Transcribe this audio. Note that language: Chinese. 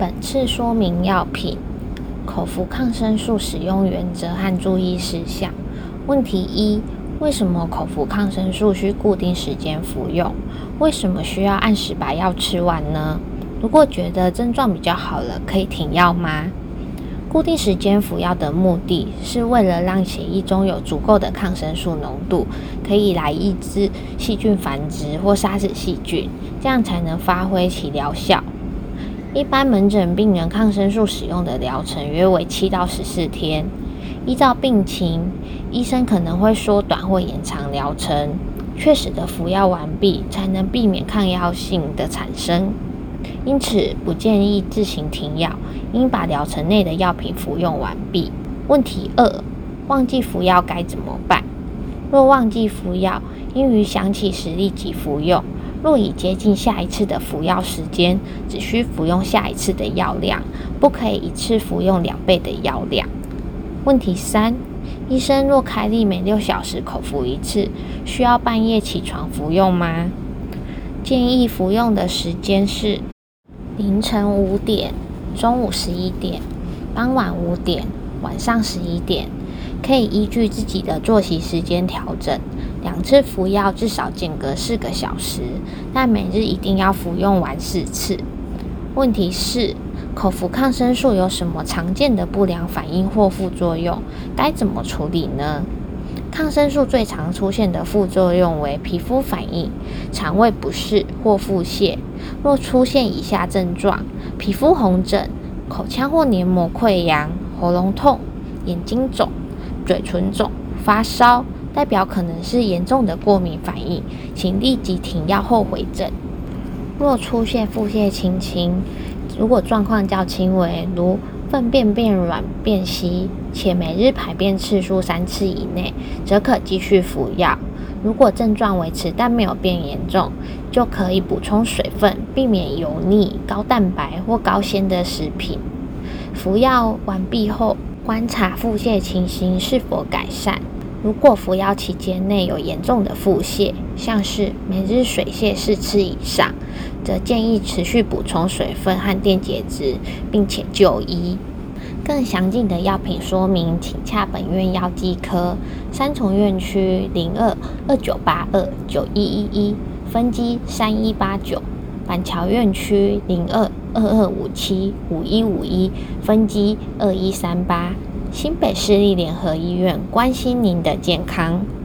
本次说明药品口服抗生素使用原则和注意事项。问题一：为什么口服抗生素需固定时间服用？为什么需要按时把药吃完呢？如果觉得症状比较好了，可以停药吗？固定时间服药的目的是为了让血液中有足够的抗生素浓度，可以来抑制细菌繁殖或杀死细菌，这样才能发挥其疗效。一般门诊病人抗生素使用的疗程约为7到14天，依照病情，医生可能会缩短或延长疗程，确实的服药完毕，才能避免抗药性的产生。因此，不建议自行停药，应把疗程内的药品服用完毕。问题2：忘记服药该怎么办？若忘记服药，应于想起时立即服用。若已接近下一次的服药时间，只需服用下一次的药量，不可以一次服用2倍的药量。问题3：医生若开立每6小时口服一次，需要半夜起床服用吗？建议服用的时间是凌晨5点、中午11点、傍晚5点、晚上11点，可以依据自己的作息时间调整。2次服药至少间隔4个小时，但每日一定要服用完4次。问题4：口服抗生素有什么常见的不良反应或副作用？该怎么处理呢？抗生素最常出现的副作用为皮肤反应、肠胃不适或腹泻。若出现以下症状：皮肤红疹、口腔或黏膜溃疡、喉咙痛、眼睛肿、嘴唇肿、发烧，代表可能是严重的过敏反应，请立即停药后回诊。若出现腹泻轻轻，如果状况较轻微，如粪便变软变稀，且每日排便次数3次以内，则可继续服药。如果症状维持但没有变严重，就可以补充水分，避免油腻、高蛋白或高纤的食品。服药完毕后，观察腹泻情形是否改善。如果服药期间内有严重的腹泻，像是每日水泻4次以上，则建议持续补充水分和电解质，并且就医。更详尽的药品说明，请洽本院药剂科三重院区02-2982-9111分机3189，板桥院区02-2257-5151分机2138。新北市立联合医院，关心您的健康。